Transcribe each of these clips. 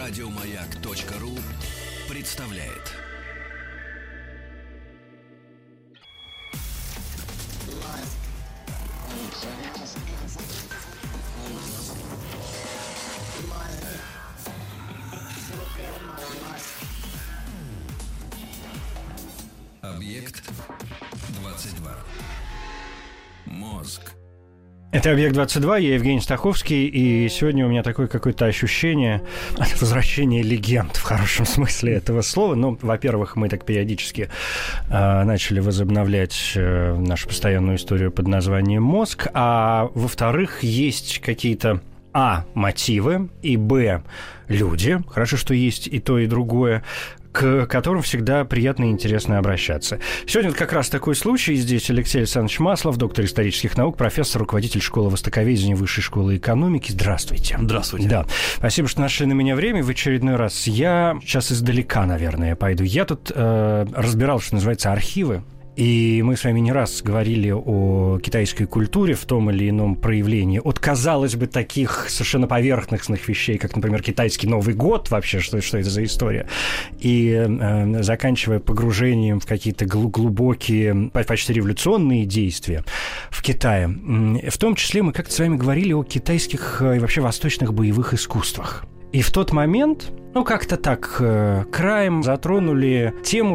Радиомаяк.ру представляет. Объект 22. Мозг. Это «Объект-22», я Евгений Стаховский, и сегодня у меня такое какое-то ощущение возвращения легенд в хорошем смысле этого слова. Ну, во-первых, мы так периодически начали возобновлять нашу постоянную историю под названием «Мозг», а во-вторых, есть какие-то мотивы, и люди, хорошо, что есть и то, и другое, к которым всегда приятно и интересно обращаться. Сегодня как раз такой случай. Здесь Алексей Александрович Маслов, доктор исторических наук, профессор, руководитель школы востоковедения Высшей школы экономики. Здравствуйте. Здравствуйте. Да. Спасибо, что нашли на меня время в очередной раз. Я сейчас издалека, наверное, пойду. Я тут разбирал, что называется, архивы. И мы с вами не раз говорили о китайской культуре в том или ином проявлении. От, казалось бы, таких совершенно поверхностных вещей, как, например, китайский Новый год, вообще, что это за история, и заканчивая погружением в какие-то глубокие, почти революционные действия в Китае. В том числе мы как-то с вами говорили о китайских и вообще восточных боевых искусствах. И в тот момент, как-то так, краем затронули тему,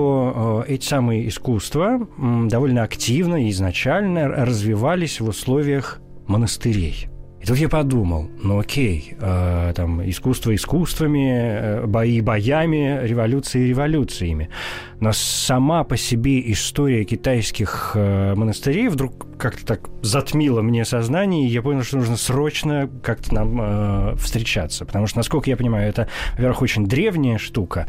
что эти самые искусства довольно активно и изначально развивались в условиях монастырей. И тут я подумал, окей, там искусство искусствами, бои боями, революции революциями. Но сама по себе история китайских монастырей вдруг как-то так затмила мне сознание, и я понял, что нужно срочно как-то нам встречаться. Потому что, насколько я понимаю, это, во-первых, очень древняя штука,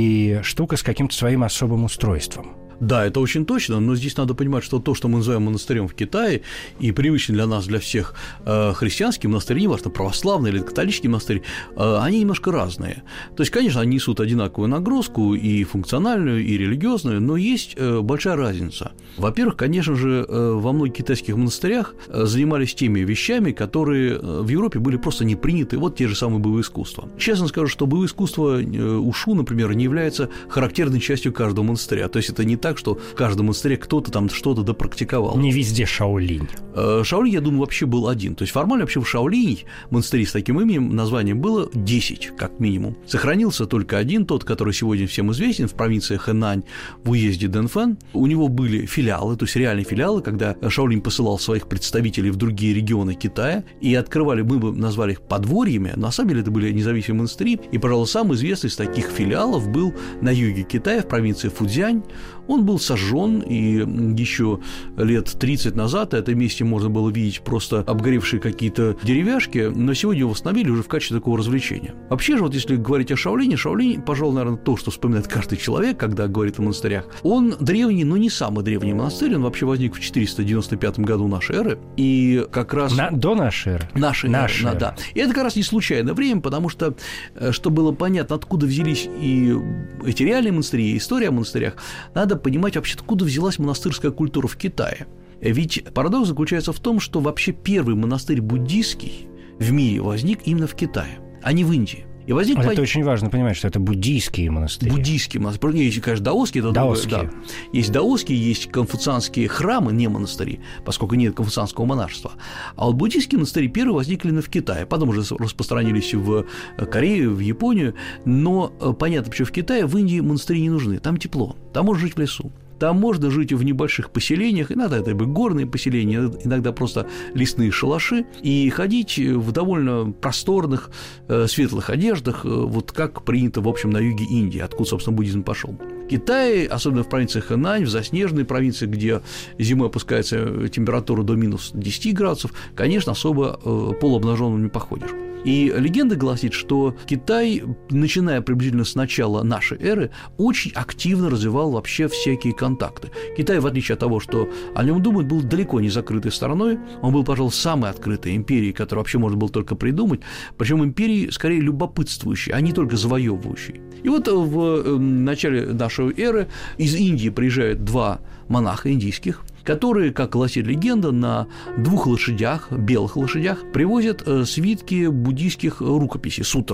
и штука с каким-то своим особым устройством. Да, это очень точно, но здесь надо понимать, что то, что мы называем монастырем в Китае, и привычный для нас, для всех христианский монастырь, неважно, православный или католический монастырь, они немножко разные. То есть, конечно, они несут одинаковую нагрузку, и функциональную, и религиозную, но есть большая разница. Во-первых, конечно же, во многих китайских монастырях занимались теми вещами, которые в Европе были просто не приняты, вот те же самые боевые искусства. Честно скажу, что боевые искусства ушу, например, не являются характерной частью каждого монастыря, то есть это не так, что в каждом монастыре кто-то там что-то допрактиковал. Не везде Шаолинь. Шаолинь, я думаю, вообще был один. То есть формально вообще в Шаолинь монастыре с таким именем, названием было 10, как минимум. Сохранился только один, тот, который сегодня всем известен, в провинции Хэнань, в уезде Дэнфэн. У него были филиалы, то есть реальные филиалы, когда Шаолинь посылал своих представителей в другие регионы Китая, и открывали, мы бы назвали их подворьями, но на самом деле это были независимые монастыри, и, пожалуй, самый известный из таких филиалов был на юге Китая, в провинции Фуцзянь. Он был сожжен, и еще лет 30 назад на этом месте можно было видеть просто обгоревшие какие-то деревяшки, но сегодня его восстановили уже в качестве такого развлечения. Вообще же, вот если говорить о Шаолине, пожалуй, наверное, то, что вспоминает каждый человек, когда говорит о монастырях, он древний, но не самый древний монастырь, он вообще возник в 495 году нашей эры, и как раз… До нашей эры. Нашей эры, да. И это как раз не случайное время, потому что, чтобы было понятно, откуда взялись и эти реальные монастыри, и история о монастырях, надо понимать вообще, откуда взялась монастырская культура в Китае. Ведь парадокс заключается в том, что вообще первый монастырь буддийский в мире возник именно в Китае, а не в Индии. И возник это очень важно понимать, что это буддийские монастыри. Буддийские монастыри. Есть, конечно, даосские. Это даосские. Да. Есть даосские, есть конфуцианские храмы, не монастыри, поскольку нет конфуцианского монашества. А вот буддийские монастыри первые возникли именно в Китае, потом уже распространились в Корею, в Японию. Но понятно, почему в Китае, в Индии монастыри не нужны. Там тепло, там можно жить в лесу. Там можно жить в небольших поселениях, иногда это горные поселения, иногда просто лесные шалаши, и ходить в довольно просторных, светлых одеждах, вот как принято, в общем, на юге Индии, откуда, собственно, буддизм пошел. В Китае, особенно в провинции Хэнань, в заснеженной провинции, где зимой опускается температура до минус 10 градусов, конечно, особо полуобнаженным не походишь. И легенда гласит, что Китай, начиная приблизительно с начала нашей эры, очень активно развивал вообще всякие контакты. Китай, в отличие от того, что о нем думают, был далеко не закрытой страной, он был, пожалуй, самой открытой империей, которую вообще можно было только придумать, причем империей скорее любопытствующей, а не только завоевывающей. И вот в начале нашей эры из Индии приезжают два монаха индийских, которые, как гласит легенда, на 2 лошадях, белых лошадях, привозят свитки буддийских рукописей, сутр.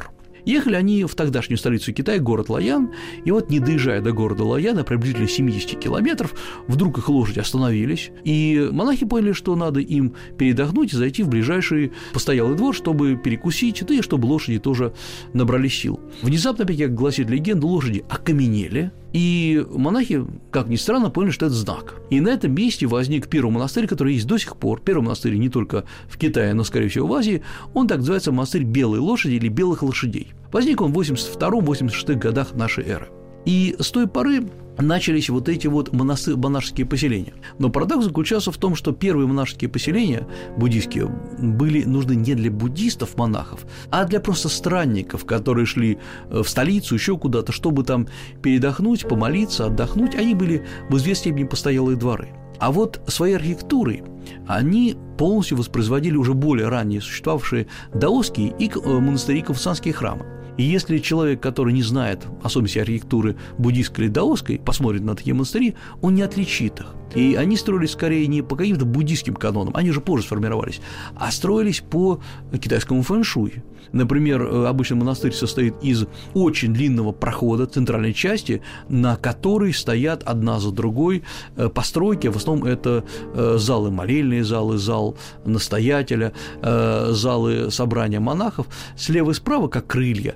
Ехали они в тогдашнюю столицу Китая, город Лоян, и вот, не доезжая до города Лояна, приблизительно 70 километров, вдруг их лошади остановились, и монахи поняли, что надо им передохнуть и зайти в ближайший постоялый двор, чтобы перекусить, да и чтобы лошади тоже набрались сил. Внезапно, опять, как гласит легенда, лошади окаменели, и монахи, как ни странно, поняли, что это знак. И на этом месте возник первый монастырь, который есть до сих пор. Первый монастырь не только в Китае, но, скорее всего, в Азии. Он так называется монастырь Белой лошади или Белых лошадей. Возник он в 82-86 годах нашей эры. И с той поры начались вот эти вот монашеские поселения. Но парадокс заключался в том, что первые монашеские поселения буддийские были нужны не для буддистов-монахов, а для просто странников, которые шли в столицу, еще куда-то, чтобы там передохнуть, помолиться, отдохнуть. Они были в известной степени постоялые дворы. А вот своей архитектурой они полностью воспроизводили уже более ранее существовавшие даосские и монастыри-конфуцианские храмы. И если человек, который не знает особенностей архитектуры буддийской или даосской, посмотрит на такие монастыри, он не отличит их. И они строились скорее не по каким-то буддийским канонам, они уже позже сформировались, а строились по китайскому фэн-шуй. Например, обычно монастырь состоит из очень длинного прохода центральной части, на которой стоят одна за другой постройки. В основном это залы молельные, зал настоятеля, залы собрания монахов. Слева и справа, как крылья,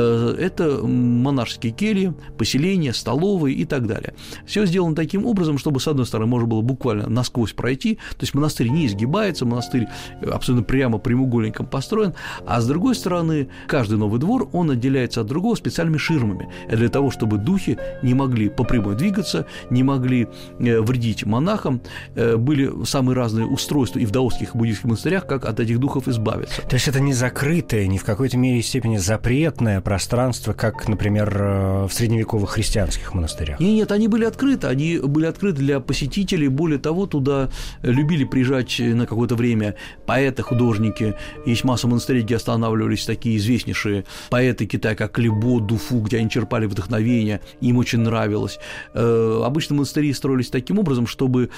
это монашеские кельи, поселения, столовые и так далее. Все сделано таким образом, чтобы, с одной стороны, можно было буквально насквозь пройти, то есть монастырь не изгибается, монастырь абсолютно прямо прямоугольником построен, а с другой стороны, каждый новый двор, он отделяется от другого специальными ширмами. Это для того, чтобы духи не могли по прямой двигаться, не могли вредить монахам, были самые разные устройства и в даосских и буддийских монастырях, как от этих духов избавиться. То есть это не закрытое, не в какой-то мере и степени запретное пространство, как, например, в средневековых христианских монастырях? Нет, они были открыты для посетителей. Более того, туда любили приезжать на какое-то время поэты, художники. Есть масса монастырей, где останавливались такие известнейшие поэты Китая, как Либо, Дуфу, где они черпали вдохновение, им очень нравилось. Обычно монастыри строились таким образом, чтобы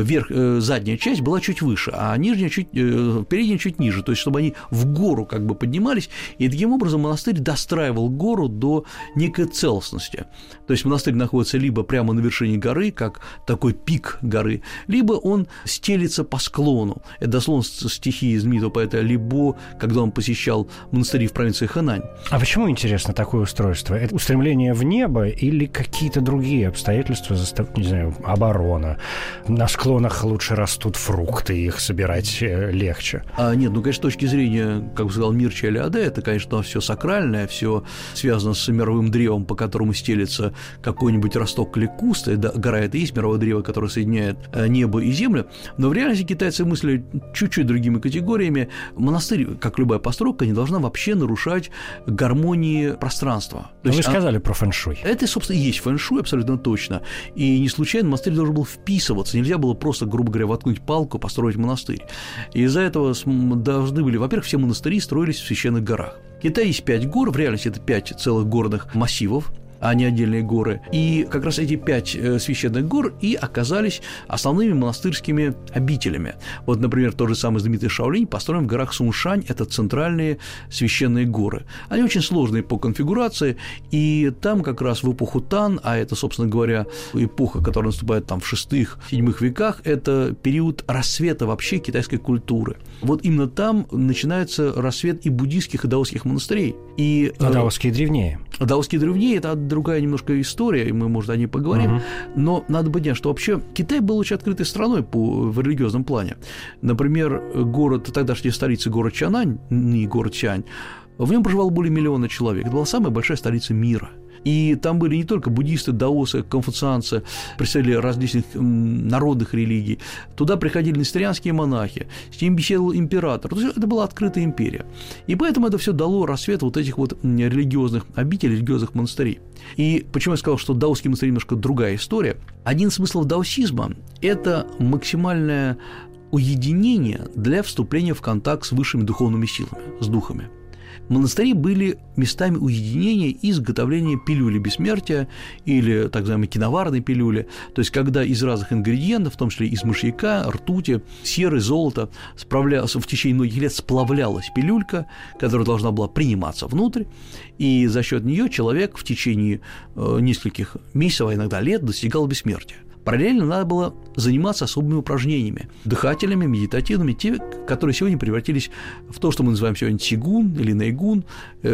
задняя часть была чуть выше, а передняя чуть ниже, то есть чтобы они в гору как бы поднимались, и таким образом монастырь достраивал гору до некой целостности. То есть монастырь находится либо прямо на вершине горы, как такой пик горы, либо он стелится по склону. Это дословно стихи знаменитого поэта Либо, когда он посещал монастыри в провинции Хэнань. А почему, интересно, такое устройство? Это устремление в небо или какие-то другие обстоятельства, не знаю, оборона? На склонах лучше растут фрукты, их собирать легче. Нет, конечно, с точки зрения, как бы сказал Мирча Элиаде, это, конечно, все сакральное, все связано с мировым древом, по которому стелится какой-нибудь росток или куст. Гора – это и есть мировое древо, которое соединяет небо и землю. Но в реальности китайцы мыслили чуть-чуть другими категориями. Монастырь, как любая постройка, не должна вообще нарушать гармонии пространства. Вы сказали про фэн-шуй. Это, собственно, и есть фэн-шуй, абсолютно точно. И не случайно монастырь должен был вписываться. Нельзя было просто, грубо говоря, воткнуть палку, построить монастырь. И из-за этого должны были, во-первых, все монастыри строились в священных горах. В Китае есть 5 гор, в реальности это 5 целых горных массивов, а не отдельные горы. И как раз эти 5 священных гор и оказались основными монастырскими обителями. Вот, например, тот же самый знаменитый Шаолинь построен в горах Суншань, это центральные священные горы. Они очень сложные по конфигурации, и там как раз в эпоху Тан, а это, собственно говоря, эпоха, которая наступает там в 6-7 веках, это период рассвета вообще китайской культуры. Вот именно там начинается рассвет и буддийских, и даосских монастырей. А даосские древнее. Даосские древнее – это другая немножко история, и мы, может, о ней поговорим, но надо понять, что вообще Китай был очень открытой страной в религиозном плане. Например, тогдашняя столица, город Чанань, ныне город Сянь, в нем проживало более 1 миллиона человек. Это была самая большая столица мира. И там были не только буддисты, даосы, конфуцианцы, представители различных народных религий. Туда приходили несторианские монахи, с ним беседовал император. То есть это была открытая империя. И поэтому это все дало рассвет вот этих вот религиозных обителей, религиозных монастырей. И почему я сказал, что даосские монастыри немножко другая история? Один из смыслов даосизма – это максимальное уединение для вступления в контакт с высшими духовными силами, с духами. Монастыри были местами уединения и изготовления пилюли бессмертия или так называемой киноварной пилюли, то есть когда из разных ингредиентов, в том числе из мышьяка, ртути, серы, золота, в течение многих лет сплавлялась пилюлька, которая должна была приниматься внутрь, и за счет нее человек в течение нескольких месяцев, а иногда лет достигал бессмертия. Параллельно надо было заниматься особыми упражнениями, дыхательными, медитативными, те, которые сегодня превратились в то, что мы называем сегодня цигун или нэйгун,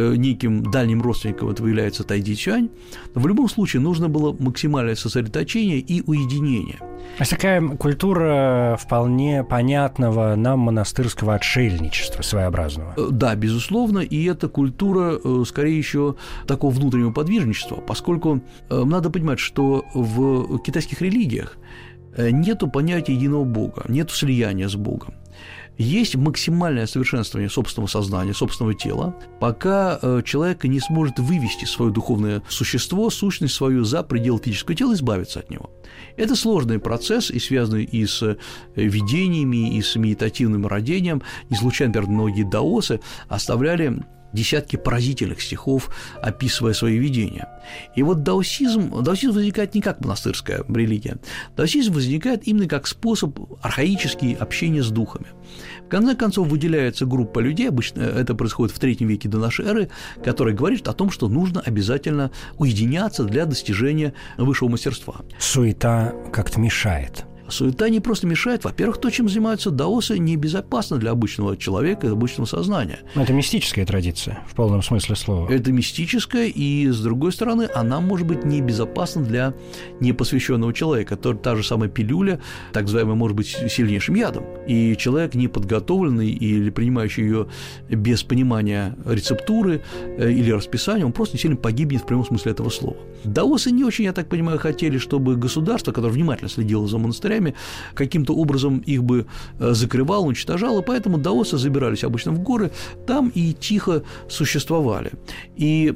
неким дальним родственником этого является тайди-чань. Но в любом случае нужно было максимальное сосредоточение и уединение. А такая культура вполне понятного нам монастырского отшельничества своеобразного. Да, безусловно, и это культура, скорее еще, такого внутреннего подвижничества, поскольку надо понимать, что в китайских религиях нету понятия единого Бога, нету слияния с Богом. Есть максимальное совершенствование собственного сознания, собственного тела, пока человек не сможет вывести свое духовное существо, сущность свою за пределы физического тела и избавиться от него. Это сложный процесс, и связанный и с видениями, и с медитативным родением. Не случайно, например, многие даосы оставляли десятки поразительных стихов, описывая свои видения. И вот даосизм возникает не как монастырская религия. Даосизм возникает именно как способ архаический общения с духами. В конце концов, выделяется группа людей, обычно это происходит в III веке до нашей эры, которая говорит о том, что нужно обязательно уединяться для достижения высшего мастерства. Суета как-то мешает. Суета не просто мешает. Во-первых, то, чем занимаются даосы, небезопасно для обычного человека и обычного сознания. Но это мистическая традиция, в полном смысле слова. Это мистическая, и, с другой стороны, она может быть небезопасна для непосвященного человека. Та же самая пилюля, так называемая, может быть сильнейшим ядом. И человек, неподготовленный или принимающий ее без понимания рецептуры или расписания, он просто сильно погибнет в прямом смысле этого слова. Даосы не очень, я так понимаю, хотели, чтобы государство, которое внимательно следило за монастырями, каким-то образом их бы закрывало, уничтожало, поэтому даосы забирались обычно в горы, там и тихо существовали. И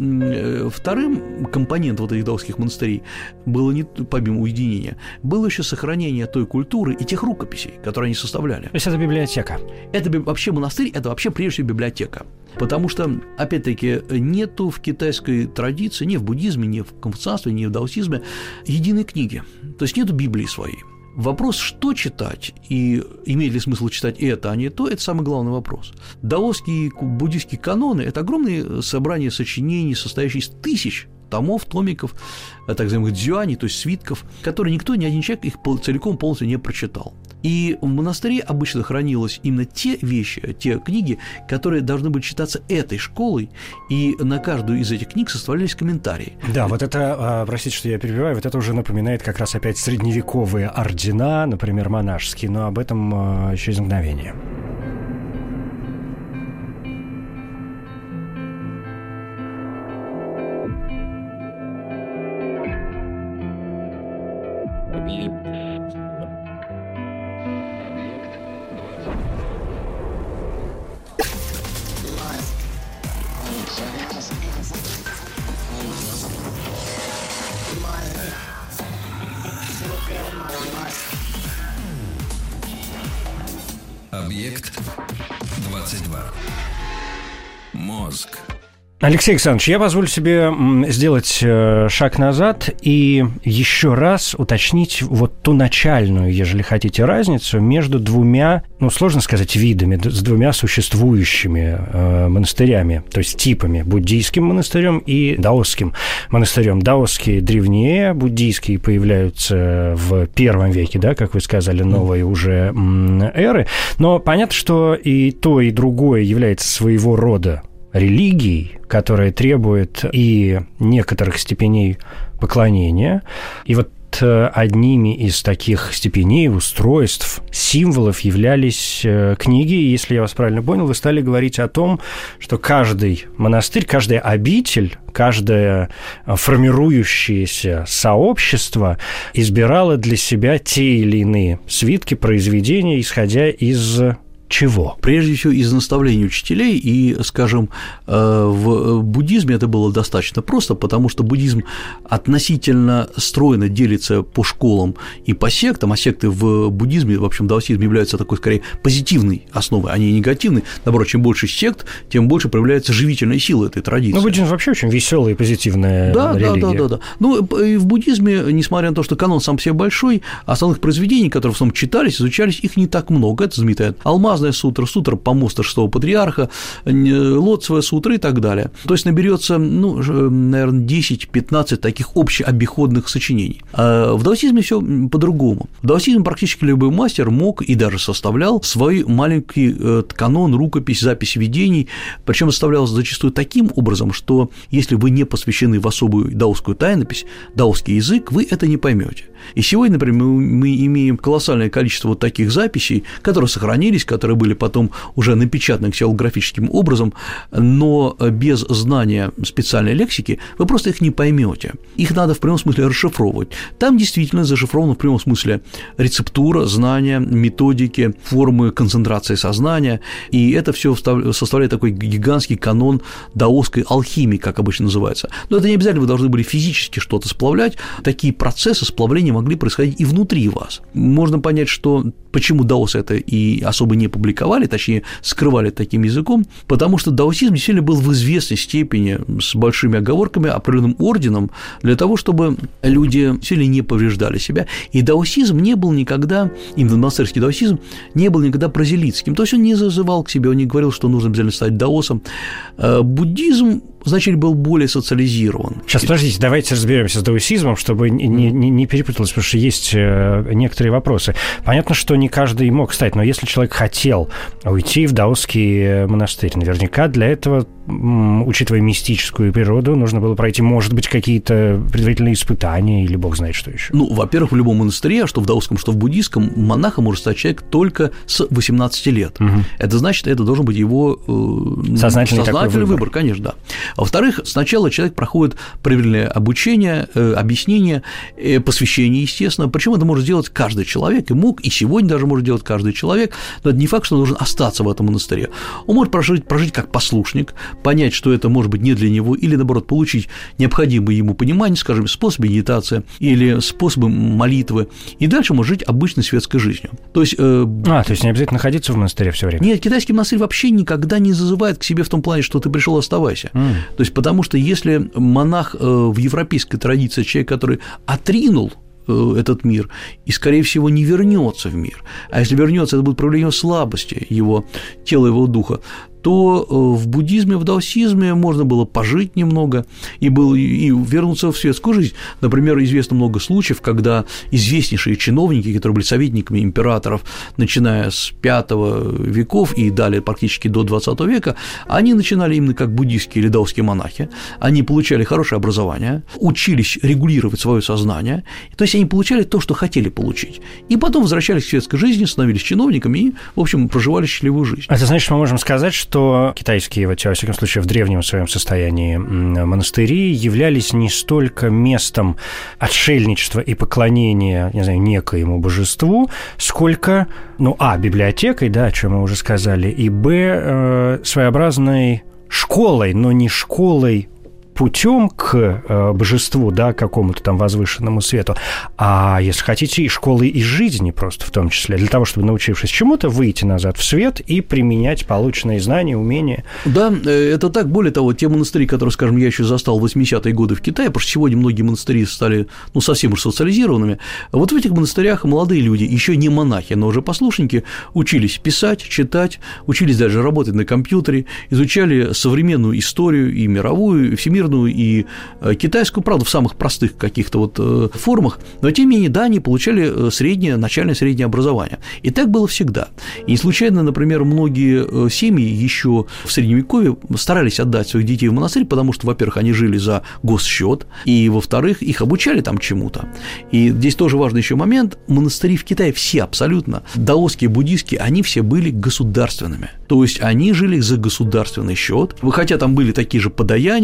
вторым компонентом вот этих даосских монастырей было, не помимо уединения, было еще сохранение той культуры и тех рукописей, которые они составляли. То есть это библиотека. Это вообще монастырь, это вообще прежде всего библиотека. Потому что, опять-таки, нету в китайской традиции, ни в буддизме, ни в конфуцианстве, ни в даосизме единой книги. То есть нету Библии своей. Вопрос, что читать и имеет ли смысл читать это, а не то, это самый главный вопрос. Даосские и буддийские каноны – это огромные собрания сочинений, состоящие из тысяч томов, томиков, так называемых дзюаней, то есть свитков, которые никто, ни один человек их целиком полностью не прочитал. И в монастыре обычно хранилось именно те вещи, те книги, которые должны были читаться этой школой, и на каждую из этих книг составлялись комментарии. Да, вот это, простите, что я перебиваю, вот это уже напоминает как раз опять средневековые ордена, например, монашеские, но об этом через мгновение. Объект 22. Мозг. Алексей Александрович, я позволю себе сделать шаг назад и еще раз уточнить вот ту начальную, ежели хотите, разницу между двумя, сложно сказать видами, с двумя существующими монастырями, то есть типами, буддийским монастырем и даосским монастырем. Даосские древнее, буддийские появляются в первом веке, да, как вы сказали, новые уже эры, но понятно, что и то, и другое является своего рода религией, которая требует и некоторых степеней поклонения. И вот одними из таких степеней, устройств, символов являлись книги. И если я вас правильно понял, вы стали говорить о том, что каждый монастырь, каждая обитель, каждое формирующееся сообщество избирало для себя те или иные свитки, произведения, исходя из чего? Прежде всего, из наставлений учителей, и, скажем, в буддизме это было достаточно просто, потому что буддизм относительно стройно делится по школам и по сектам, а секты в буддизме, в общем, даосизме являются такой, скорее, позитивной основой, а не негативной. Наоборот, чем больше сект, тем больше проявляется живительная сила этой традиции. Ну, буддизм вообще очень веселая и позитивная религия. Да. Ну, и в буддизме, несмотря на то, что канон сам по себе большой, основных произведений, которые в основном читались, изучались, их не так много. Это знаменитая Алмазная сутра, сутра помоста шестого патриарха, Лотцевая сутра и так далее. То есть наберется, наверное, 10-15 таких общеобиходных сочинений. А в даосизме все по-другому. В даосизме практически любой мастер мог и даже составлял свой маленький канон, рукопись, запись видений, причем составлялся зачастую таким образом, что если вы не посвящены в особую даосскую тайнопись, даосский язык, вы это не поймете. И сегодня, например, мы имеем колоссальное количество вот таких записей, которые сохранились, которые были потом уже напечатаны ксилографическим образом, но без знания специальной лексики вы просто их не поймете. Их надо в прямом смысле расшифровывать. Там действительно зашифровано в прямом смысле рецептура, знания, методики, формы концентрации сознания, и это все составляет такой гигантский канон даосской алхимии, как обычно называется. Но это не обязательно вы должны были физически что-то сплавлять, такие процессы сплавления могли происходить и внутри вас. Можно понять, что почему даосы это и особо не публиковали, точнее, скрывали таким языком, потому что даосизм действительно был в известной степени с большими оговорками определенным орденом для того, чтобы люди сильно не повреждали себя, и даосизм не был никогда, именно монастырский даосизм, не был никогда прозелитским, то есть он не зазывал к себе, он не говорил, что нужно обязательно стать даосом. Буддизм, значит, был более социализирован. Сейчас, подождите, давайте разберемся с даосизмом, чтобы не перепуталось, потому что есть некоторые вопросы. Понятно, что не каждый мог стать, но если человек хотел уйти в даосский монастырь, наверняка для этого, учитывая мистическую природу, нужно было пройти, может быть, какие-то предварительные испытания или бог знает что еще. Ну, во-первых, в любом монастыре, что в даосском, что в буддийском, монахом может стать человек только с 18 лет. Угу. Это значит, это должен быть его сознательный выбор, конечно, да. Во-вторых, сначала человек проходит проверенное обучение, объяснение, посвящение, естественно, причем это может сделать каждый человек, и мог, и сегодня даже может делать каждый человек, но это не факт, что он должен остаться в этом монастыре. Он может прожить как послушник, понять, что это может быть не для него, или, наоборот, получить необходимое ему понимание, скажем, способ медитации или способы молитвы, и дальше может жить обычной светской жизнью. То есть то есть не обязательно находиться в монастыре все время? Нет, китайский монастырь вообще никогда не зазывает к себе в том плане, что ты пришел, оставайся. То есть потому что если монах в европейской традиции, человек, который отринул этот мир и, скорее всего, не вернется в мир, а если вернется, это будет проявление слабости его тела, его духа, то в буддизме, в даосизме можно было пожить немного и вернуться в светскую жизнь. Например, известно много случаев, когда известнейшие чиновники, которые были советниками императоров, начиная с V веков и далее практически до XX века, они начинали именно как буддийские или даосские монахи, они получали хорошее образование, учились регулировать свое сознание, то есть они получали то, что хотели получить, и потом возвращались к светской жизни, становились чиновниками и, в общем, проживали счастливую жизнь. Это значит, мы можем сказать, что китайские, во всяком случае, в древнем своем состоянии монастыри являлись не столько местом отшельничества и поклонения, не знаю, некоему божеству, сколько, библиотекой, да, о чем мы уже сказали, и, своеобразной школой, но не школой путем к божеству, да, какому-то там возвышенному свету, а, если хотите, и школой из жизни просто в том числе, для того, чтобы, научившись чему-то, выйти назад в свет и применять полученные знания, умения. Да, это так. Более того, те монастыри, которые, скажем, я еще застал в 80-е годы в Китае, потому что сегодня многие монастыри стали, совсем уж социализированными, вот в этих монастырях молодые люди, еще не монахи, но уже послушники, учились писать, читать, учились даже работать на компьютере, изучали современную историю и мировую, и всемирную, и китайскую, правда, в самых простых каких-то формах, но, тем не менее, да, они получали начальное среднее образование. И так было всегда. И не случайно, например, многие семьи еще в Средневековье старались отдать своих детей в монастырь, потому что, во-первых, они жили за госсчет, и, во-вторых, их обучали там чему-то. И здесь тоже важный еще момент. Монастыри в Китае все абсолютно, даосские, буддийские, они все были государственными. То есть они жили за государственный счет, хотя там были такие же подаяния,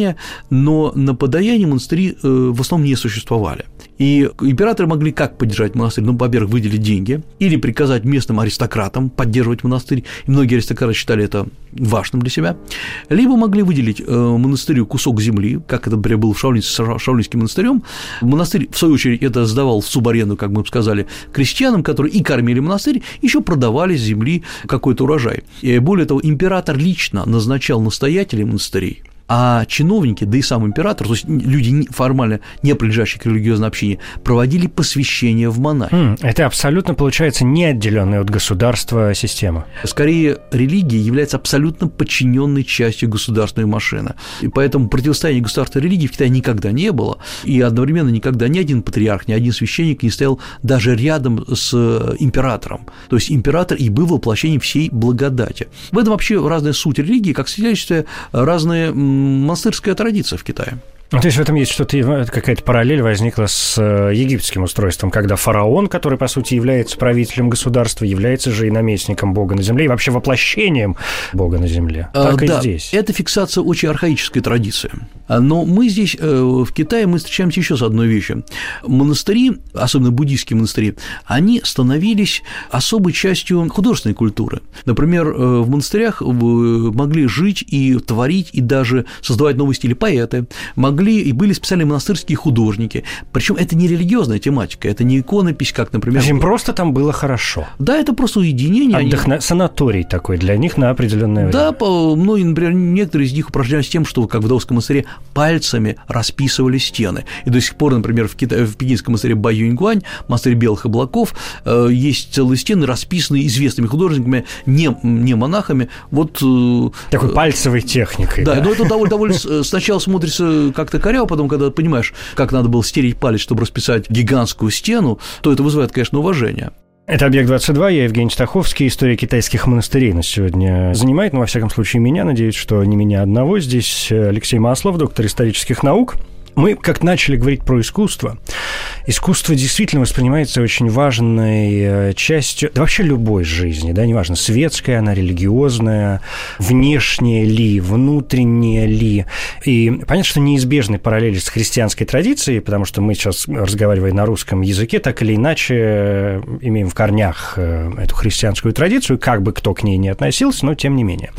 но на подаяние монастыри в основном не существовали. И императоры могли как поддержать монастырь? Ну, во-первых, выделить деньги или приказать местным аристократам поддерживать монастырь, и многие аристократы считали это важным для себя, либо могли выделить монастырю кусок земли, как это, например, было с Шаолиньским монастырем. Монастырь, в свою очередь, это сдавал в субаренду, как мы сказали, крестьянам, которые и кормили монастырь, еще продавали с земли какой-то урожай. И более того, император лично назначал настоятелей монастырей, а чиновники, да и сам император, то есть люди, формально не принадлежащие к религиозному общине, проводили посвящение в монахи. Это абсолютно, получается, не отделенная от государства система. Скорее, религия является абсолютно подчиненной частью государственной машины. И поэтому противостояния государства и религии в Китае никогда не было. И одновременно никогда ни один патриарх, ни один священник не стоял даже рядом с императором. То есть император и был воплощением всей благодати. В этом вообще разная суть религии, как свидетельствует разные монастырская традиция в Китае. То есть в этом есть что-то, какая-то параллель возникла с египетским устройством, когда фараон, который, по сути, является правителем государства, является же и наместником Бога на земле, и вообще воплощением Бога на земле. Так и здесь. Это фиксация очень архаической традиции. Но мы здесь, в Китае, мы встречаемся еще с одной вещью. Монастыри, особенно буддийские монастыри, они становились особой частью художественной культуры. Например, в монастырях могли жить и творить, и даже создавать новые стили поэты, могли и были специальные монастырские художники. Причем это не религиозная тематика, это не иконопись, как, например… Им просто там было хорошо. Да, это просто уединение. Санаторий такой для них на определенное время. Да, многие, например, некоторые из них упражнялись тем, что, как в даосском монастыре, пальцами расписывали стены. И до сих пор, например, в пекинском монастыре Баюньгуань, монастырь Белых облаков, есть целые стены, расписанные известными художниками, не монахами. Вот такой пальцевой техникой. Да, но это довольно сначала смотрится как-то коряво, потом, когда понимаешь, как надо было стереть палец, чтобы расписать гигантскую стену, то это вызывает, конечно, уважение. Это «Объект-22», я Евгений Стаховский, история китайских монастырей нас сегодня занимает, но, во всяком случае, меня, надеюсь, что не меня одного. Здесь Алексей Маслов, доктор исторических наук. Мы как начали говорить про искусство. Искусство действительно воспринимается очень важной частью, да вообще любой жизни, да, неважно, светская она, религиозная, внешняя ли, внутренняя ли. И понятно, что неизбежны параллели с христианской традицией, потому что мы сейчас, разговаривая на русском языке, так или иначе имеем в корнях эту христианскую традицию, как бы кто к ней ни относился, но тем не менее.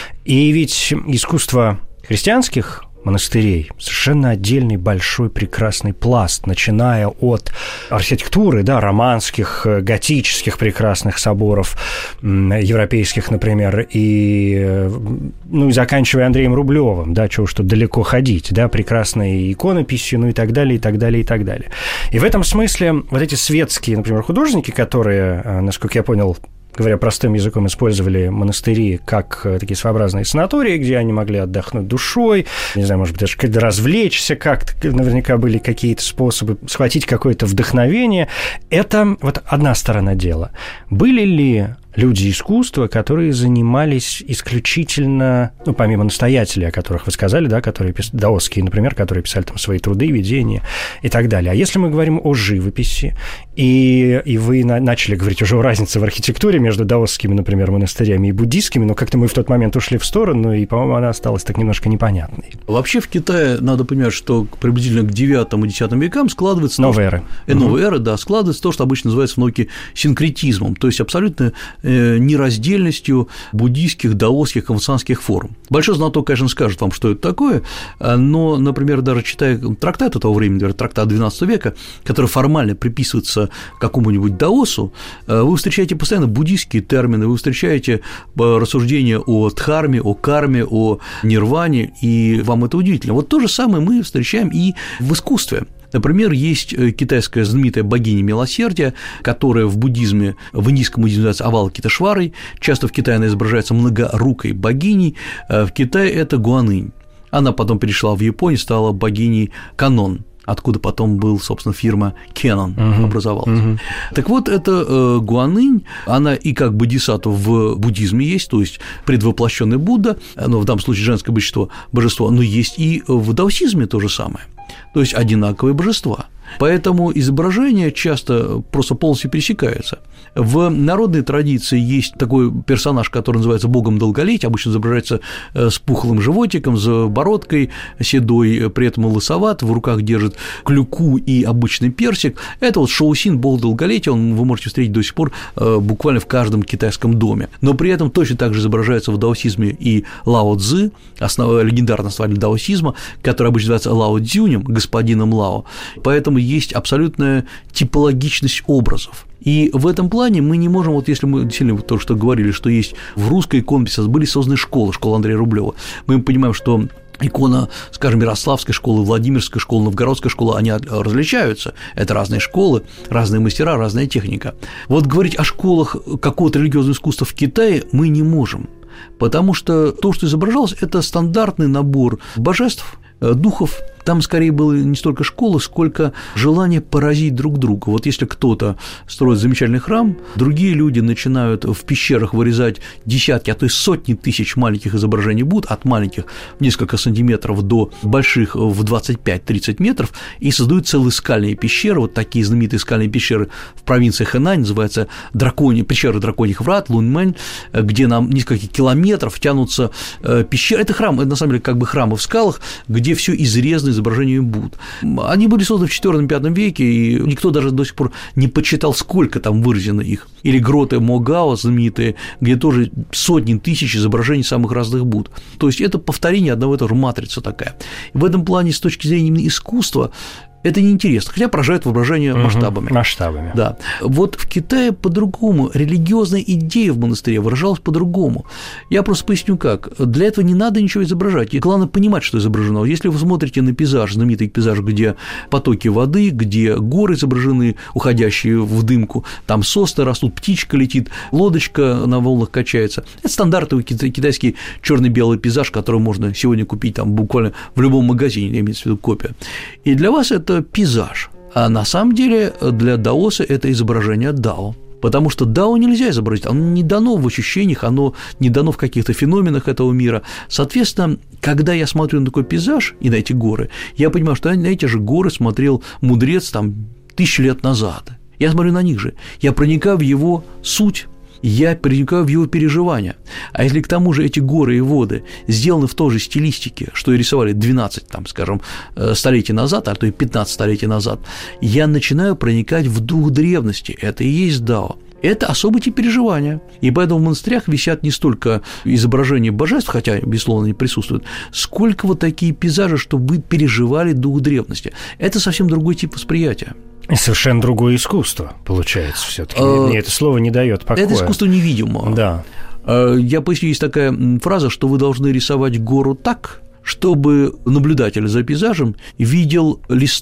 И ведь искусство христианских монастырей совершенно отдельный большой прекрасный пласт, начиная от архитектуры, да, романских, готических прекрасных соборов, европейских, например, и заканчивая Андреем Рублевым, да, чего уж тут далеко ходить, да, прекрасной иконописью, ну и так далее, и так далее, и так далее. И в этом смысле вот эти светские, например, художники, которые, насколько я понял, говоря простым языком, использовали монастыри как такие своеобразные санатории, где они могли отдохнуть душой, не знаю, может быть, даже развлечься как-то, наверняка были какие-то способы схватить какое-то вдохновение. Это вот одна сторона дела. Были ли люди искусства, которые занимались исключительно, помимо настоятелей, о которых вы сказали, да, которые даосские, например, которые писали там свои труды, видения и так далее. А если мы говорим о живописи, и вы начали говорить уже о разнице в архитектуре между даосскими, например, монастырями и буддийскими, но как-то мы в тот момент ушли в сторону, и, по-моему, она осталась так немножко непонятной. Вообще в Китае надо понимать, что приблизительно к 9 и 10 векам складывается… Новая эра. Новая эра, да, складывается то, что обычно называется в науке синкретизмом, то есть абсолютно нераздельностью буддийских, даосских, конфуцианских форм. Большой знаток, конечно, скажет вам, что это такое, но, например, даже читая трактаты того времени, например, трактат XII века, который формально приписывается какому-нибудь даосу, вы встречаете постоянно буддийские термины, вы встречаете рассуждения о дхарме, о карме, о нирване, и вам это удивительно. Вот то же самое мы встречаем и в искусстве. Например, есть китайская знаменитая богиня милосердия, которая в буддизме, в индийском буддизме называется Авалокитешварой, часто в Китае она изображается многорукой богиней, в Китае это Гуанынь. Она потом перешла в Японию, стала богиней Канон, откуда потом был, собственно, фирма Canon образовалась. Так вот, это Гуанынь, она и как бодхисаттва в буддизме есть, то есть предвоплощенный Будда, но в данном случае женское божество, но есть и в даосизме то же самое. То есть одинаковые божества. Поэтому изображения часто просто полностью пересекаются. В народной традиции есть такой персонаж, который называется богом долголетия, обычно изображается с пухлым животиком, с бородкой седой, при этом лысоват, в руках держит клюку и обычный персик. Это вот Шаосин, бог долголетия, вы можете встретить до сих пор буквально в каждом китайском доме. Но при этом точно так же изображается в даосизме и Лао Цзы, легендарный основатель даосизма, который обычно называется Лао Цзюнем, господином Лао. Поэтому есть абсолютная типологичность образов. И в этом плане мы не можем, вот если мы действительно то, что говорили, что есть в русской иконописи, были созданы школы, школа Андрея Рублева, мы понимаем, что икона, скажем, Ярославской школы, Владимирской школы, Новгородской школы, они различаются. Это разные школы, разные мастера, разная техника. Вот говорить о школах какого-то религиозного искусства в Китае мы не можем, потому что то, что изображалось, это стандартный набор божеств, духов. Там скорее было не столько школа, сколько желание поразить друг друга. Вот если кто-то строит замечательный храм, другие люди начинают в пещерах вырезать десятки, а то и сотни тысяч маленьких изображений Будд, от маленьких в несколько сантиметров до больших в 25-30 метров, и создают целые скальные пещеры, вот такие знаменитые скальные пещеры в провинции Хэнань, называется пещеры драконьих врат, Луньмэнь, где на несколько километров тянутся пещеры. Это храм, это на самом деле как бы храмы в скалах, где все изрезано изображением Будд. Они были созданы в IV-V веке, и никто даже до сих пор не подсчитал, сколько там вырезано их. Или гроты Могао знаменитые, где тоже сотни тысяч изображений самых разных Будд. То есть это повторение одного и того же, матрица такая. В этом плане, с точки зрения именно искусства, это неинтересно, хотя поражает воображение масштабами. Масштабами. Да. Вот в Китае по-другому, религиозная идея в монастыре выражалась по-другому. Я просто поясню как. Для этого не надо ничего изображать, и главное понимать, что изображено. Если вы смотрите на пейзаж, знаменитый пейзаж, где потоки воды, где горы изображены, уходящие в дымку, там сосны растут, птичка летит, лодочка на волнах качается. Это стандартный китайский черно-белый пейзаж, который можно сегодня купить там буквально в любом магазине, имеется в виду копия. И для вас это пейзаж, а на самом деле для даоса это изображение дао, потому что дао нельзя изобразить, оно не дано в ощущениях, оно не дано в каких-то феноменах этого мира. Соответственно, когда я смотрю на такой пейзаж и на эти горы, я понимаю, что на эти же горы смотрел мудрец там 1000 лет назад. Я смотрю на них же, я проникаю в его суть, я проникаю в его переживания. А если к тому же эти горы и воды сделаны в той же стилистике, что и рисовали 12, там, скажем, столетий назад, а то и 15 столетий назад, я начинаю проникать в дух древности. Это и есть дао. Это особый тип переживания. И поэтому в монастырях висят не столько изображения божеств, хотя, безусловно, они присутствуют, сколько вот такие пейзажи, чтобы вы переживали дух древности. Это совсем другой тип восприятия. И совершенно другое искусство, получается, все-таки. Мне это слово не дает покоя. Это искусство невидимого. Да. Я поясню, есть такая фраза, что вы должны рисовать гору так, чтобы наблюдатель за пейзажем видел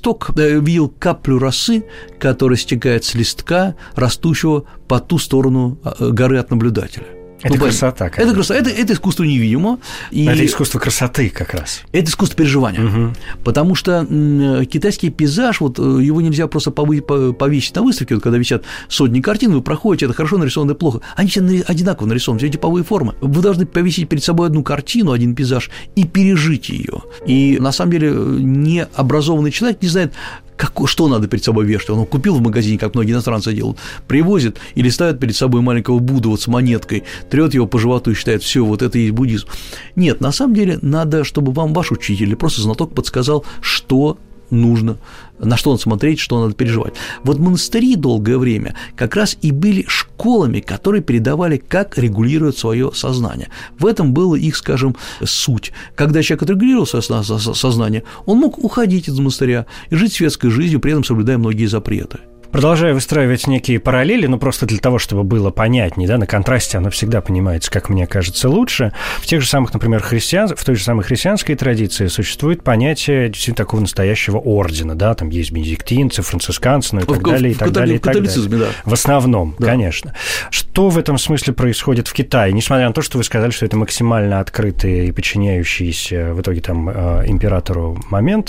видел каплю росы, которая стекает с листка, растущего по ту сторону горы от наблюдателя. Это красота. Это красота, это искусство невидимого. Это искусство красоты как раз. Это искусство переживания. Угу. Потому что китайский пейзаж, вот его нельзя просто повесить на выставке, вот, когда висят сотни картин, вы проходите, это хорошо нарисовано и плохо. Они все одинаково нарисованы, все типовые формы. Вы должны повесить перед собой одну картину, один пейзаж и пережить ее. И на самом деле необразованный человек не знает, что надо перед собой вешать. Он купил в магазине, как многие иностранцы делают, привозит или ставит перед собой маленького Будду вот с монеткой, трёт его по животу и считает, все, вот это и есть буддизм. Нет, на самом деле надо, чтобы вам ваш учитель или просто знаток подсказал, что нужно, на что надо смотреть, что надо переживать. Вот монастыри долгое время как раз и были школами, которые передавали, как регулировать свое сознание. В этом была их, скажем, суть. Когда человек отрегулировал свое сознание, он мог уходить из монастыря и жить светской жизнью, при этом соблюдая многие запреты. Продолжаю выстраивать некие параллели, но просто для того, чтобы было понятнее, да, на контрасте оно всегда понимается, как мне кажется, лучше. В тех же самых, например, в той же самой христианской традиции существует понятие действительно такого настоящего ордена, да, там есть бенедиктинцы, францисканцы, ну и так далее, и так далее, и так далее. Да. В основном, да. Конечно. Что в этом смысле происходит в Китае? Несмотря на то, что вы сказали, что это максимально открытые и подчиняющиеся в итоге там императору моменты,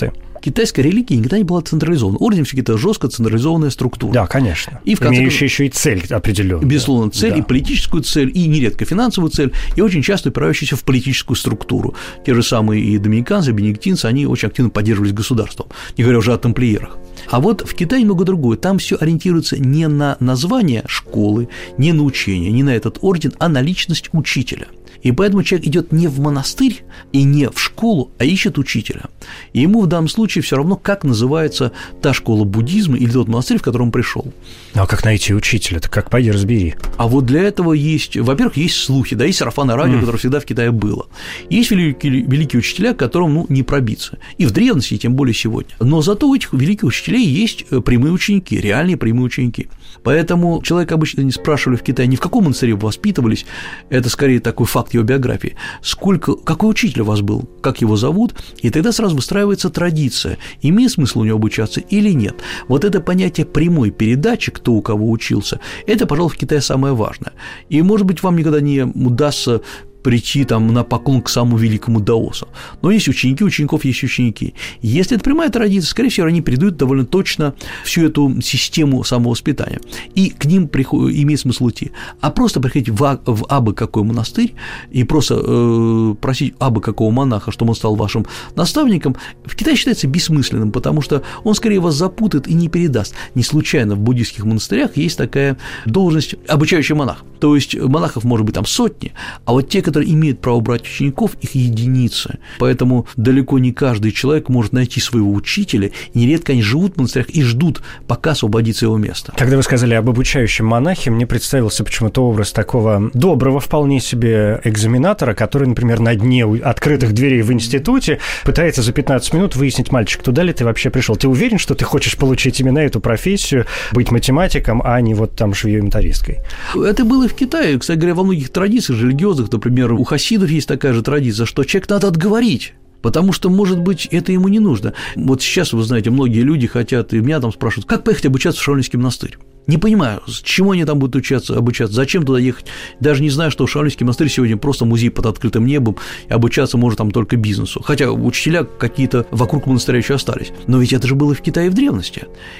китайская религия никогда не была централизована. Орден все-таки это жестко централизованная структура. Да, конечно. И в конце имеющая еще и цель определенную. Безусловно, цель, да. И политическую цель, и нередко финансовую цель, и очень часто упирающуюся в политическую структуру. Те же самые и доминиканцы, и бенедиктинцы, они очень активно поддерживались государством, не говоря уже о тамплиерах. А вот в Китае немного другое. Там все ориентируется не на название школы, не на учение, не на этот орден, а на личность учителя. И поэтому человек идет не в монастырь и не в школу, а ищет учителя. И ему в данном случае все равно, как называется та школа буддизма или тот монастырь, в котором он пришел. Ну, а как найти учителя? Это как пойди разбери. А вот для этого есть, во-первых, есть слухи, да, есть сарафанное радио, которое всегда в Китае было. Есть великие учителя, к которым, не пробиться. И в древности, и тем более сегодня. Но зато у этих великих учителей есть прямые ученики, реальные прямые ученики. Поэтому человека обычно не спрашивали в Китае, ни в каком монастыре вы воспитывались, это скорее такой факт его биографии, какой учитель у вас был, как его зовут, и тогда сразу выстраивается традиция, имеет смысл у него обучаться или нет. Вот это понятие прямой передачи, кто у кого учился, это, пожалуй, в Китае самое важное. И, может быть, вам никогда не удастся прийти там на поклон к самому великому даосу. Но есть ученики, у учеников есть ученики. Если это прямая традиция, скорее всего, они передают довольно точно всю эту систему самовоспитания. И к ним имеет смысл идти. А просто приходить в абы какой монастырь и просто просить абы какого монаха, чтобы он стал вашим наставником, в Китае считается бессмысленным, потому что он скорее вас запутает и не передаст. Не случайно в буддийских монастырях есть такая должность обучающий монах. То есть монахов может быть там сотни, а вот те, которые имеют право брать учеников, их единицы. Поэтому далеко не каждый человек может найти своего учителя, и нередко они живут в монастырях и ждут, пока освободится его место. Когда вы сказали об обучающем монахе, мне представился почему-то образ такого доброго вполне себе экзаменатора, который, например, на дне открытых дверей в институте пытается за 15 минут выяснить, мальчик, туда ли ты вообще пришел? Ты уверен, что ты хочешь получить именно эту профессию, быть математиком, а не вот там швеей-металлисткой? Это было и в Китае. Кстати говоря, во многих традициях религиозных, например, у хасидов есть такая же традиция, что человек надо отговорить, потому что, может быть, это ему не нужно. Вот сейчас, вы знаете, многие люди хотят, и меня там спрашивают, как поехать обучаться в Шаолиньский монастырь? Не понимаю, с чему они там будут обучаться, зачем туда ехать, даже не знаю, что Шаолиньский монастырь сегодня просто музей под открытым небом, и обучаться может там только бизнесу, хотя учителя какие-то вокруг монастыря еще остались, но ведь это же было в Китае в древности,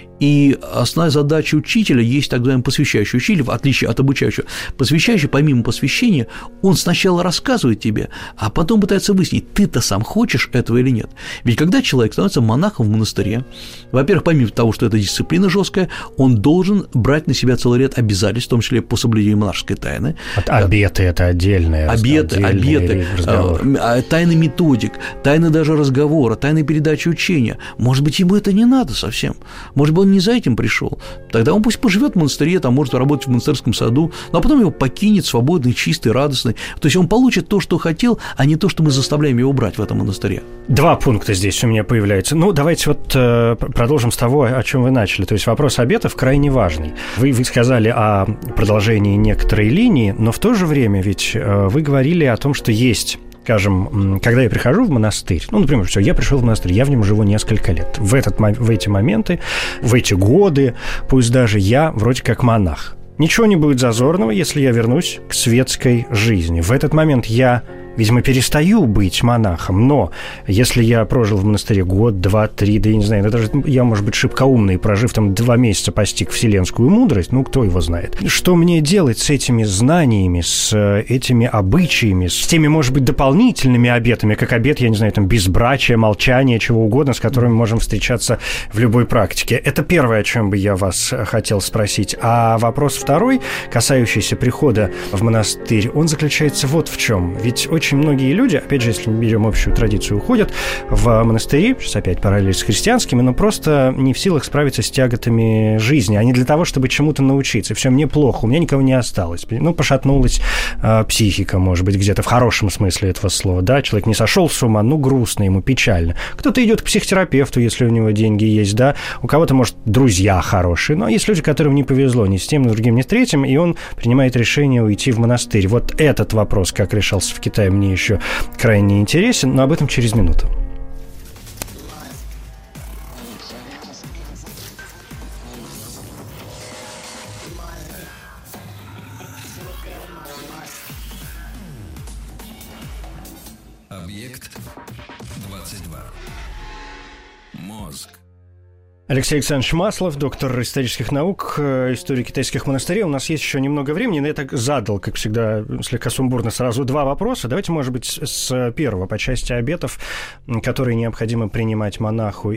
и основная задача учителя есть так называемый посвящающий учитель, в отличие от обучающего. Посвящающий, помимо посвящения, он сначала рассказывает тебе, а потом пытается выяснить, ты-то сам хочешь этого или нет. Ведь когда человек становится монахом в монастыре, во-первых, помимо того, что это дисциплина жесткая, он должен брать на себя целый ряд обязательств, в том числе по соблюдению монашеской тайны. Обеты – это отдельные. Обеты, тайны методик, тайны даже разговора, тайны передачи учения. Может быть, ему это не надо совсем. Может быть, он не за этим пришел. Тогда он пусть поживет в монастыре, там может работать в монастырском саду, но потом его покинет свободный, чистый, радостный. То есть он получит то, что хотел, а не то, что мы заставляем его брать в этом монастыре. 2 пункта здесь у меня появляются. Ну, давайте вот продолжим с того, о чем вы начали. То есть вопрос обетов крайне важный. Вы сказали о продолжении некоторой линии, но в то же время ведь вы говорили о том, что есть... Скажем, когда я прихожу в монастырь, например, все, я пришел в монастырь, я в нем живу несколько лет. В эти моменты, в эти годы, пусть даже я вроде как монах. Ничего не будет зазорного, если я вернусь к светской жизни. В этот момент я, видимо, перестаю быть монахом, но если я прожил в монастыре год, 2, 3, да я не знаю, даже я, может быть, шибко умный, прожив там 2 месяца, постиг вселенскую мудрость, кто его знает. Что мне делать с этими знаниями, с этими обычаями, с теми, может быть, дополнительными обетами, как обет, я не знаю, там, безбрачия, молчания, чего угодно, с которыми мы можем встречаться в любой практике. Это первое, о чем бы я вас хотел спросить. А вопрос второй, касающийся прихода в монастырь, он заключается вот в чем. Ведь очень многие люди, опять же, если мы берем общую традицию, уходят в монастыри, сейчас опять параллель с христианскими, но просто не в силах справиться с тяготами жизни, а не для того, чтобы чему-то научиться. Все, мне плохо, у меня никого не осталось. Пошатнулась психика, может быть, где-то в хорошем смысле этого слова. Да, человек не сошел с ума, грустно ему, печально. Кто-то идет к психотерапевту, если у него деньги есть, да. У кого-то, может, друзья хорошие, но есть люди, которым не повезло ни с тем, ни с другим, ни с третьим, и он принимает решение уйти в монастырь. Вот этот вопрос, как решался в Китае, мне еще крайне интересен, но об этом через минуту. Объект 22. Мозг. Алексей Александрович Маслов, доктор исторических наук, история китайских монастырей. У нас есть еще немного времени, но я так задал, как всегда, слегка сумбурно сразу два вопроса. Давайте, может быть, с первого, по части обетов, которые необходимо принимать монаху,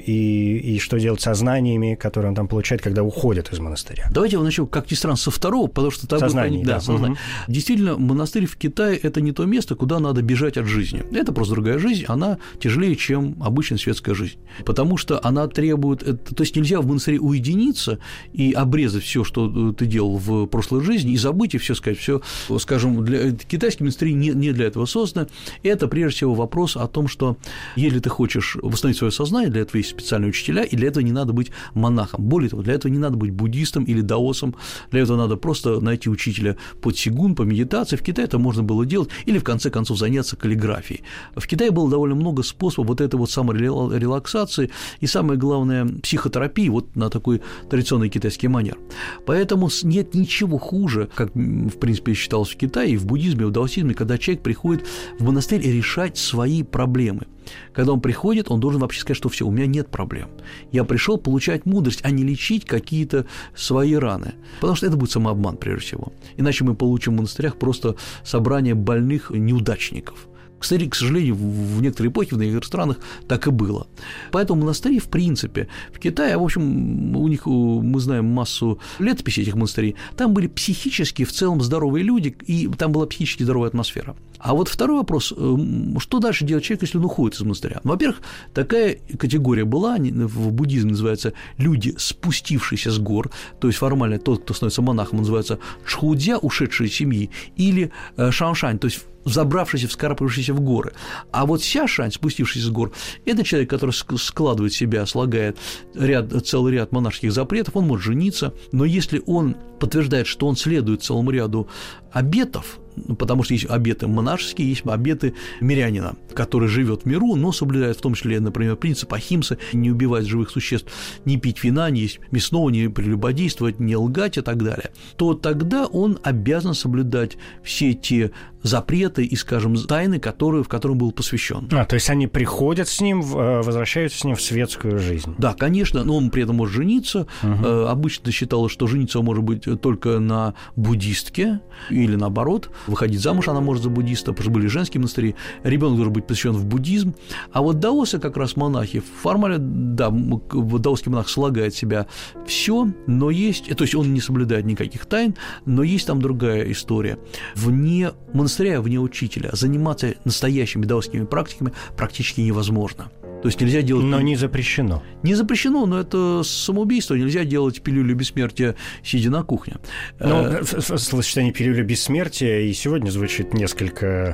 и что делать со знаниями, которые он там получает, когда уходит из монастыря. Давайте я начну, как ни странно, со второго, потому что... Сознание, да. Сознание. Угу. Действительно, монастырь в Китае – это не то место, куда надо бежать от жизни. Это просто другая жизнь, она тяжелее, чем обычная светская жизнь, потому что она требует... То есть нельзя в монастыре уединиться и обрезать все, что ты делал в прошлой жизни, и забыть, и все сказать, все, скажем, китайские монастыри не для этого созданы. Это, прежде всего, вопрос о том, что если ты хочешь восстановить свое сознание, для этого есть специальные учителя, и для этого не надо быть монахом. Более того, для этого не надо быть буддистом или даосом, для этого надо просто найти учителя по цигун, по медитации. В Китае это можно было делать, или, в конце концов, заняться каллиграфией. В Китае было довольно много способов вот этой вот саморелаксации и, самое главное, психотерапии, вот на такой традиционный китайский манер. Поэтому нет ничего хуже, как, в принципе, считалось в Китае, и в буддизме, и в даосизме, когда человек приходит в монастырь решать свои проблемы. Когда он приходит, он должен вообще сказать, что все, у меня нет проблем. Я пришел получать мудрость, а не лечить какие-то свои раны. Потому что это будет самообман, прежде всего. Иначе мы получим в монастырях просто собрание больных неудачников. Кстати, к сожалению, в некоторые эпохи, в некоторых странах так и было. Поэтому монастыри, в принципе, в Китае, в общем, у них, мы знаем массу летописей этих монастырей, там были психически в целом здоровые люди, и там была психически здоровая атмосфера. А вот второй вопрос, что дальше делать человек, если он уходит из монастыря? Во-первых, такая категория была, в буддизме называется люди, спустившиеся с гор, то есть формально тот, кто становится монахом, называется чхудзя, ушедшие из семьи, или шаншань, то есть забравшийся, вскарабкавшийся в горы. А вот сяшань, спустившийся с гор, это человек, который складывает в себя, слагает целый ряд монашеских запретов, он может жениться, но если он подтверждает, что он следует целому ряду обетов, потому что есть обеты монашеские, есть обеты мирянина, который живет в миру, но соблюдает в том числе, например, принцип ахимсы, не убивать живых существ, не пить вина, не есть мясного, не прелюбодействовать, не лгать и так далее, то тогда он обязан соблюдать все те запреты и, скажем, тайны, в которым был посвящен. То есть они приходят с ним, возвращаются с ним в светскую жизнь. Да, конечно, но он при этом может жениться. Обычно считалось, что жениться может быть только на буддистке или наоборот. Выходить замуж она может за буддиста, потому что были женские монастыри. Ребенок должен быть посвящен в буддизм. А вот даосы, как раз монахи, формально, да, даосский монах слагает в себя все, но есть, то есть он не соблюдает никаких тайн, но есть там другая история. Вне монастыря, вне учителя заниматься настоящими даосскими практиками практически невозможно. То есть нельзя делать... Но не запрещено. Не запрещено, но это самоубийство. Нельзя делать пилюлю бессмертия, сидя на кухне. Словосочетание «пилюля бессмертия» и сегодня звучит несколько...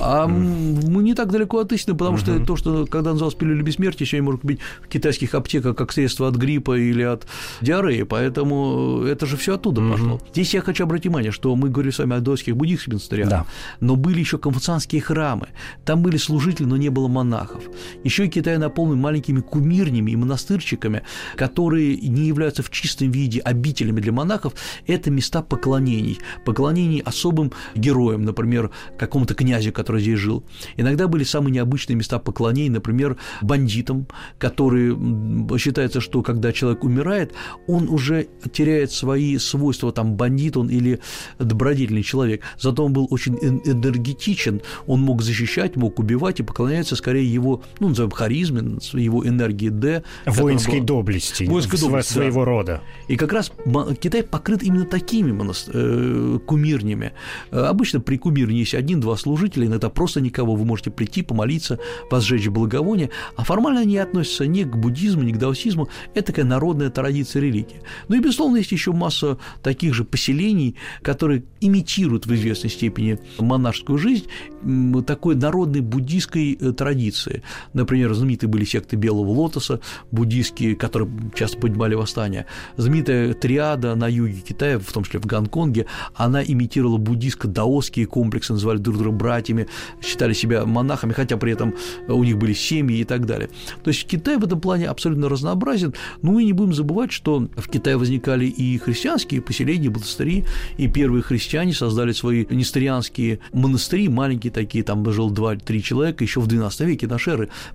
Мы не так далеко от истины, потому что то, что когда называлось пилюля бессмертия, сегодня может быть в китайских аптеках как средство от гриппа или от диареи, поэтому это же все оттуда пошло. Здесь я хочу обратить внимание, что мы говорим с вами о даосских буддийских монастырях, да. Но были еще конфуцианские храмы, там были служители, но не было монахов. Еще и Китай наполнен маленькими кумирнями и монастырчиками, которые не являются в чистом виде обителями для монахов, это места поклонений особым героям, например, какому-то князю, который здесь жил. Иногда были самые необычные места поклонений, например, бандитам, которые считается, что когда человек умирает, он уже теряет свои свойства, там, бандит он или добродетельный человек, зато он был очень энергетичен, он мог защищать, мог убивать, и поклоняется скорее его, назовем, харизме, его энергии Д. Воинской доблести своего рода. И как раз Китай покрыт именно такими кумирнями. Обычно при кумирне есть 1-2 служителя, иногда просто никого, вы можете прийти, помолиться, возжечь благовоние, а формально они относятся не к буддизму, не к даосизму, это такая народная традиция религии. Ну и, безусловно, есть еще масса таких же поселений, которые имитируют в известной степени монашескую жизнь такой народной буддийской традиции. Например, знаменитые были секты Белого Лотоса, буддийские, которые часто поднимали восстания. Знаменитая триада на юге Китая, в том числе в Гонконге, она имитировала буддийско-даосские комплексы, называли друг друга братьями, считали себя монахами, хотя при этом у них были семьи и так далее. То есть Китай в этом плане абсолютно разнообразен. Ну и не будем забывать, что в Китае возникали и христианские поселения, монастыри, и первые христиане создали свои несторианские монастыри, маленькие такие, там жил 2-3 человека еще в XII веке нашей эры, причем на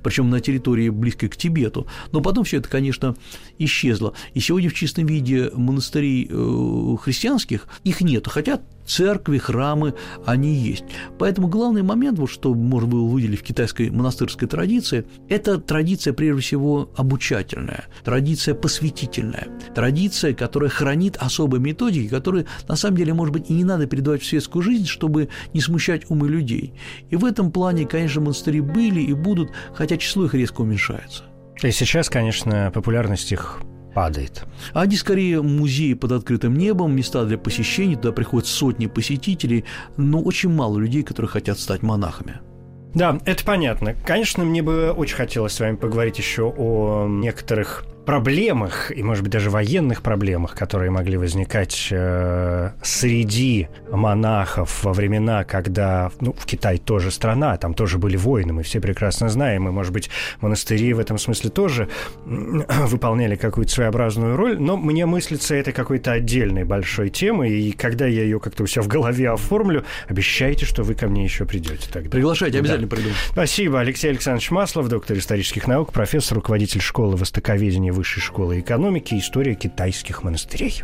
территории, близкой к Тибету, но потом все это, конечно, исчезло. И сегодня в чистом виде монастырей христианских их нету, хотя церкви, храмы, они есть. Поэтому главный момент, вот что можно было выделить в китайской монастырской традиции, это традиция, прежде всего, обучательная, традиция посвятительная, традиция, которая хранит особые методики, которые, на самом деле, может быть, и не надо передавать в светскую жизнь, чтобы не смущать умы людей. И в этом плане, конечно, монастыри были и будут, хотя число их резко уменьшается. И сейчас, конечно, популярность их падает. Они скорее музеи под открытым небом, места для посещений, туда приходят сотни посетителей, но очень мало людей, которые хотят стать монахами. Да, это понятно. Конечно, мне бы очень хотелось с вами поговорить еще о некоторых проблемах, и, может быть, даже военных проблемах, которые могли возникать среди монахов во времена, когда, в Китай тоже страна, там тоже были войны, мы все прекрасно знаем, и, может быть, монастыри в этом смысле тоже выполняли какую-то своеобразную роль, но мне мыслится это какой-то отдельной большой темой, и когда я ее как-то у себя в голове оформлю, обещайте, что вы ко мне еще придете тогда. Приглашайте, обязательно приду. Спасибо. Алексей Александрович Маслов, доктор исторических наук, профессор, руководитель школы востоковедения Высшей школы экономики, история китайских монастырей.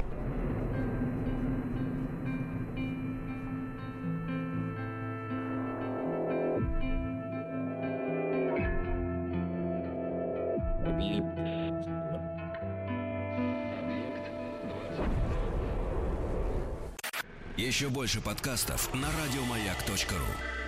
Еще больше подкастов на радиомаяк.ру.